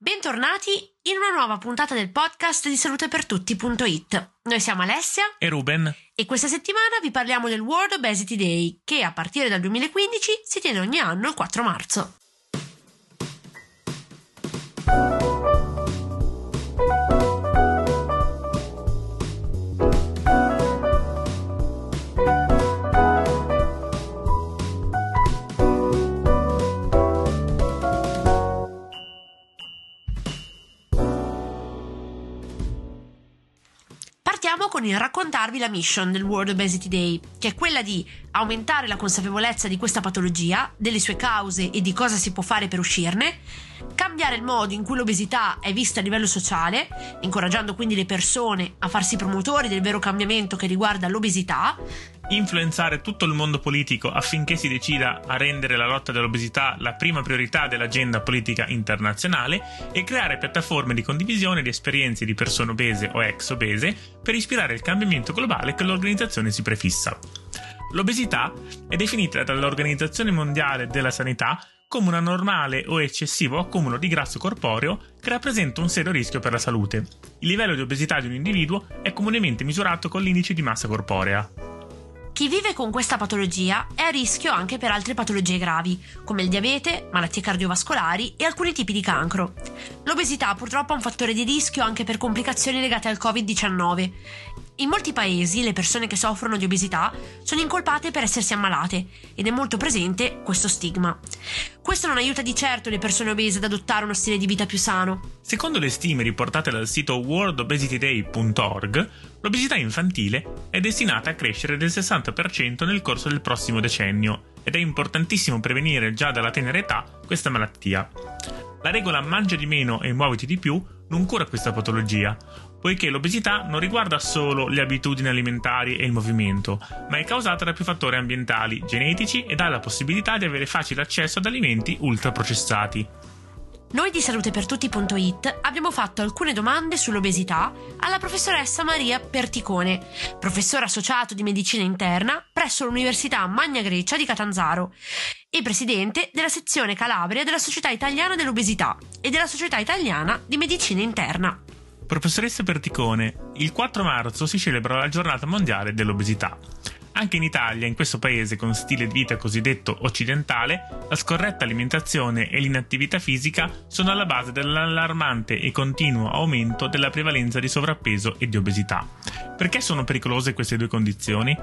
Bentornati in una nuova puntata del podcast di salutepertutti.it. Noi siamo Alessia e Ruben e questa settimana vi parliamo del World Obesity Day, che a partire dal 2015 si tiene ogni anno il 4 marzo. Partiamo con il raccontarvi la mission del World Obesity Day, che è quella di aumentare la consapevolezza di questa patologia, delle sue cause e di cosa si può fare per uscirne, cambiare il modo in cui l'obesità è vista a livello sociale, incoraggiando quindi le persone a farsi promotori del vero cambiamento che riguarda l'obesità, influenzare tutto il mondo politico affinché si decida a rendere la lotta dell'obesità la prima priorità dell'agenda politica internazionale e creare piattaforme di condivisione di esperienze di persone obese o ex obese per ispirare il cambiamento globale che l'organizzazione si prefissa. L'obesità è definita dall'Organizzazione Mondiale della Sanità come un anormale o eccessivo accumulo di grasso corporeo che rappresenta un serio rischio per la salute. Il livello di obesità di un individuo è comunemente misurato con l'indice di massa corporea. Chi vive con questa patologia è a rischio anche per altre patologie gravi, come il diabete, malattie cardiovascolari e alcuni tipi di cancro. L'obesità purtroppo è un fattore di rischio anche per complicazioni legate al Covid-19. In molti paesi le persone che soffrono di obesità sono incolpate per essersi ammalate ed è molto presente questo stigma. Questo non aiuta di certo le persone obese ad adottare uno stile di vita più sano. Secondo le stime riportate dal sito worldobesityday.org, l'obesità infantile è destinata a crescere del 60% nel corso del prossimo decennio ed è importantissimo prevenire già dalla tenera età questa malattia. La regola mangia di meno e muoviti di più non cura questa patologia, poiché l'obesità non riguarda solo le abitudini alimentari e il movimento, ma è causata da più fattori ambientali, genetici e dà la possibilità di avere facile accesso ad alimenti ultraprocessati. Noi di salutepertutti.it abbiamo fatto alcune domande sull'obesità alla professoressa Maria Perticone, professore associato di medicina interna presso l'Università Magna Grecia di Catanzaro e presidente della sezione Calabria della Società Italiana dell'Obesità e della Società Italiana di Medicina Interna. Professoressa Perticone, il 4 marzo si celebra la giornata mondiale dell'obesità. Anche in Italia, in questo paese con stile di vita cosiddetto occidentale, la scorretta alimentazione e l'inattività fisica sono alla base dell'allarmante e continuo aumento della prevalenza di sovrappeso e di obesità. Perché sono pericolose queste due condizioni?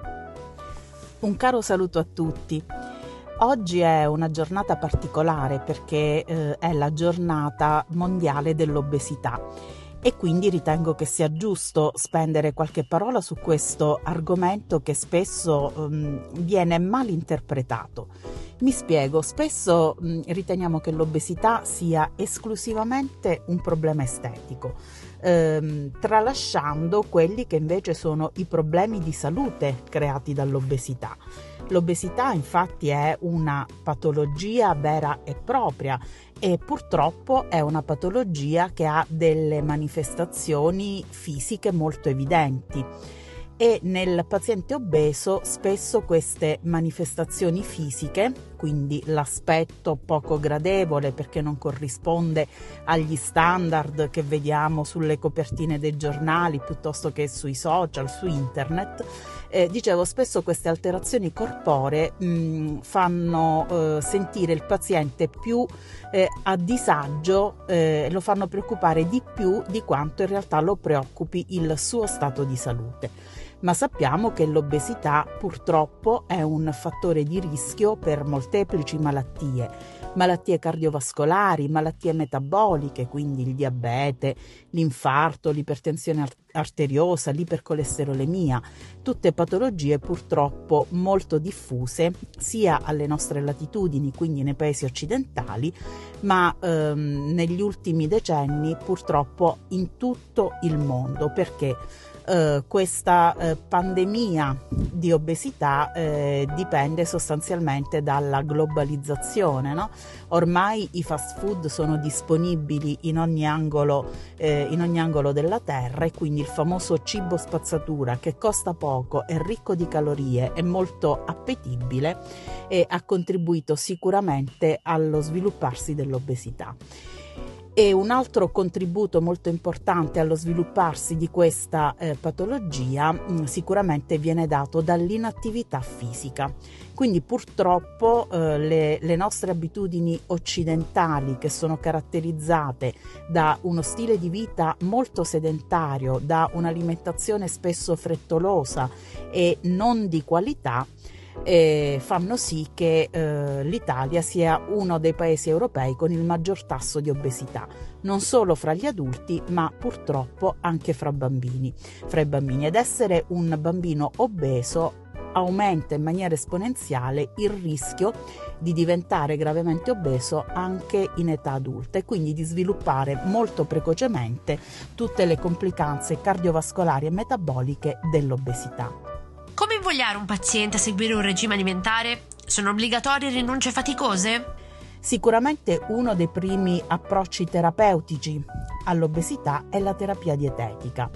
Un caro saluto a tutti. Oggi è una giornata particolare perché è la giornata mondiale dell'obesità. E quindi ritengo che sia giusto spendere qualche parola su questo argomento che spesso viene mal interpretato. Mi spiego, spesso riteniamo che l'obesità sia esclusivamente un problema estetico, tralasciando quelli che invece sono i problemi di salute creati dall'obesità. L'obesità infatti è una patologia vera e propria e purtroppo è una patologia che ha delle manifestazioni fisiche molto evidenti e nel paziente obeso spesso queste manifestazioni fisiche, quindi l'aspetto poco gradevole perché non corrisponde agli standard che vediamo sulle copertine dei giornali piuttosto che sui social, su internet, spesso queste alterazioni corporee fanno sentire il paziente più a disagio, lo fanno preoccupare di più di quanto in realtà lo preoccupi il suo stato di salute. Ma sappiamo che l'obesità purtroppo è un fattore di rischio per molteplici malattie cardiovascolari, malattie metaboliche, quindi il diabete, l'infarto, l'ipertensione arteriosa, l'ipercolesterolemia, tutte patologie purtroppo molto diffuse sia alle nostre latitudini, quindi nei paesi occidentali, ma negli ultimi decenni purtroppo in tutto il mondo, perché questa pandemia di obesità dipende sostanzialmente dalla globalizzazione, no? Ormai i fast food sono disponibili in ogni angolo della terra e quindi il famoso cibo spazzatura che costa poco, è ricco di calorie, è molto appetibile e ha contribuito sicuramente allo svilupparsi dell'obesità. E un altro contributo molto importante allo svilupparsi di questa patologia sicuramente viene dato dall'inattività fisica. Quindi purtroppo le nostre abitudini occidentali, che sono caratterizzate da uno stile di vita molto sedentario, da un'alimentazione spesso frettolosa e non di qualità, fanno sì che l'Italia sia uno dei paesi europei con il maggior tasso di obesità, non solo fra gli adulti ma purtroppo anche fra i bambini. Ed essere un bambino obeso aumenta in maniera esponenziale il rischio di diventare gravemente obeso anche in età adulta e quindi di sviluppare molto precocemente tutte le complicanze cardiovascolari e metaboliche dell'obesità. Come invogliare un paziente a seguire un regime alimentare? Sono obbligatorie rinunce faticose? Sicuramente uno dei primi approcci terapeutici all'obesità è la terapia dietetica.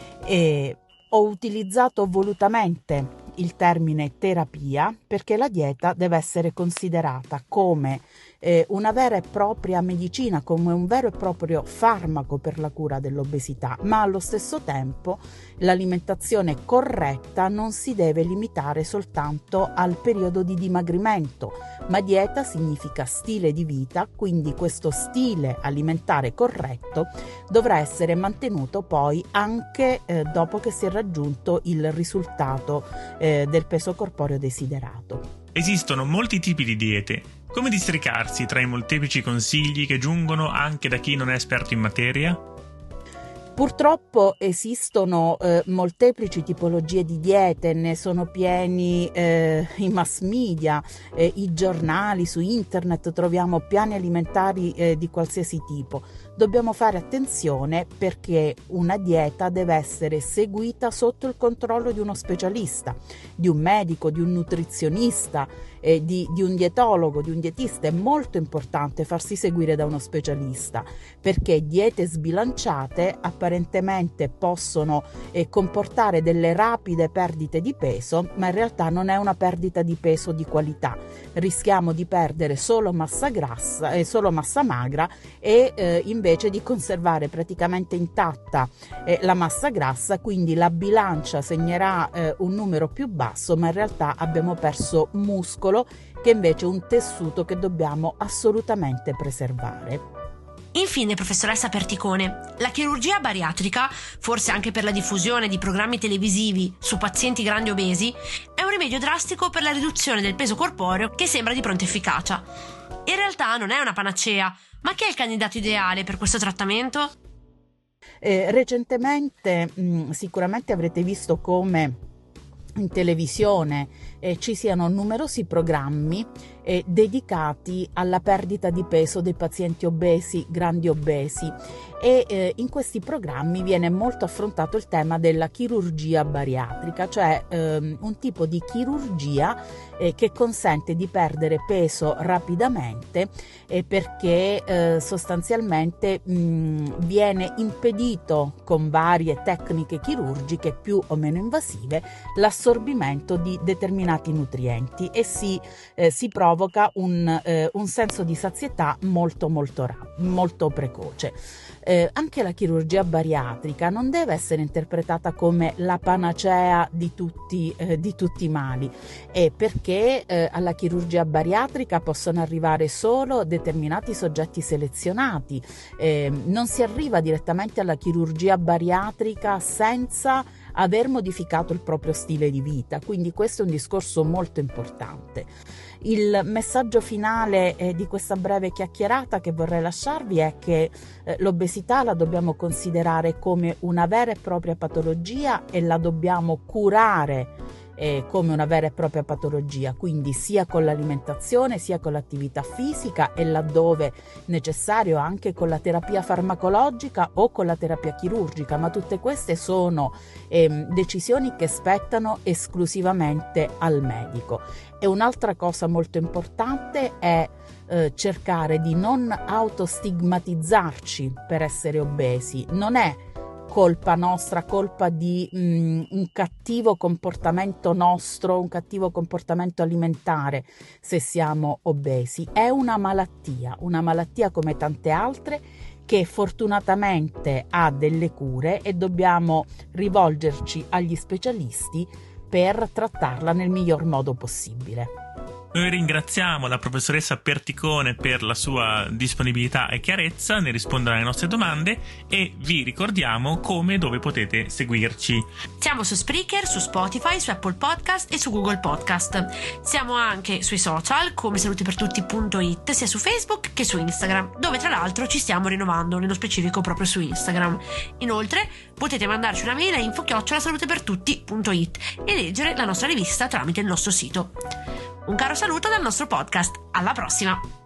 Ho utilizzato volutamente il termine terapia perché la dieta deve essere considerata come una vera e propria medicina, come un vero e proprio farmaco per la cura dell'obesità, ma allo stesso tempo l'alimentazione corretta non si deve limitare soltanto al periodo di dimagrimento, ma dieta significa stile di vita, quindi questo stile alimentare corretto dovrà essere mantenuto poi anche dopo che si è raggiunto il risultato del peso corporeo desiderato. Esistono molti tipi di diete. Come districarsi tra i molteplici consigli che giungono anche da chi non è esperto in materia? Purtroppo esistono molteplici tipologie di diete, ne sono pieni i mass media, i giornali, su internet troviamo piani alimentari di qualsiasi tipo. Dobbiamo fare attenzione perché una dieta deve essere seguita sotto il controllo di uno specialista, di un medico, di un nutrizionista, di un dietologo, di un dietista. È molto importante farsi seguire da uno specialista perché diete sbilanciate apparentemente possono comportare delle rapide perdite di peso, ma in realtà non è una perdita di peso di qualità. Rischiamo di perdere solo massa grassa e solo massa magra e invece di conservare praticamente intatta la massa grassa, quindi la bilancia segnerà un numero più basso, ma in realtà abbiamo perso muscolo, che invece è un tessuto che dobbiamo assolutamente preservare. Infine, professoressa Perticone, la chirurgia bariatrica, forse anche per la diffusione di programmi televisivi su pazienti grandi obesi, è un rimedio drastico per la riduzione del peso corporeo che sembra di pronta efficacia. In realtà non è una panacea, ma chi è il candidato ideale per questo trattamento? Recentemente sicuramente avrete visto come in televisione ci siano numerosi programmi dedicati alla perdita di peso dei pazienti obesi, grandi obesi, e in questi programmi viene molto affrontato il tema della chirurgia bariatrica, cioè un tipo di chirurgia che consente di perdere peso rapidamente perché sostanzialmente viene impedito con varie tecniche chirurgiche più o meno invasive l'assorbimento di determinati nutrienti e si provoca un senso di sazietà molto precoce. Anche la chirurgia bariatrica non deve essere interpretata come la panacea di tutti i mali, perché alla chirurgia bariatrica possono arrivare solo determinati soggetti selezionati. Non si arriva direttamente alla chirurgia bariatrica senza aver modificato il proprio stile di vita, quindi questo è un discorso molto importante. Il messaggio finale di questa breve chiacchierata che vorrei lasciarvi è che l'obesità la dobbiamo considerare come una vera e propria patologia e la dobbiamo curare come una vera e propria patologia, quindi sia con l'alimentazione sia con l'attività fisica e laddove necessario anche con la terapia farmacologica o con la terapia chirurgica, ma tutte queste sono decisioni che spettano esclusivamente al medico. E un'altra cosa molto importante è cercare di non autostigmatizzarci per essere obesi. Non è colpa nostra, colpa di un cattivo comportamento nostro, un cattivo comportamento alimentare se siamo obesi. È una malattia come tante altre che fortunatamente ha delle cure e dobbiamo rivolgerci agli specialisti per trattarla nel miglior modo possibile. Noi ringraziamo la professoressa Perticone per la sua disponibilità e chiarezza nel rispondere alle nostre domande e vi ricordiamo come e dove potete seguirci. Siamo su Spreaker, su Spotify, su Apple Podcast e su Google Podcast. Siamo anche sui social come salutepertutti.it, sia su Facebook che su Instagram, dove tra l'altro ci stiamo rinnovando, nello specifico proprio su Instagram. Inoltre potete mandarci una mail a info@salutepertutti.it e leggere la nostra rivista tramite il nostro sito. Un caro saluto dal nostro podcast, alla prossima!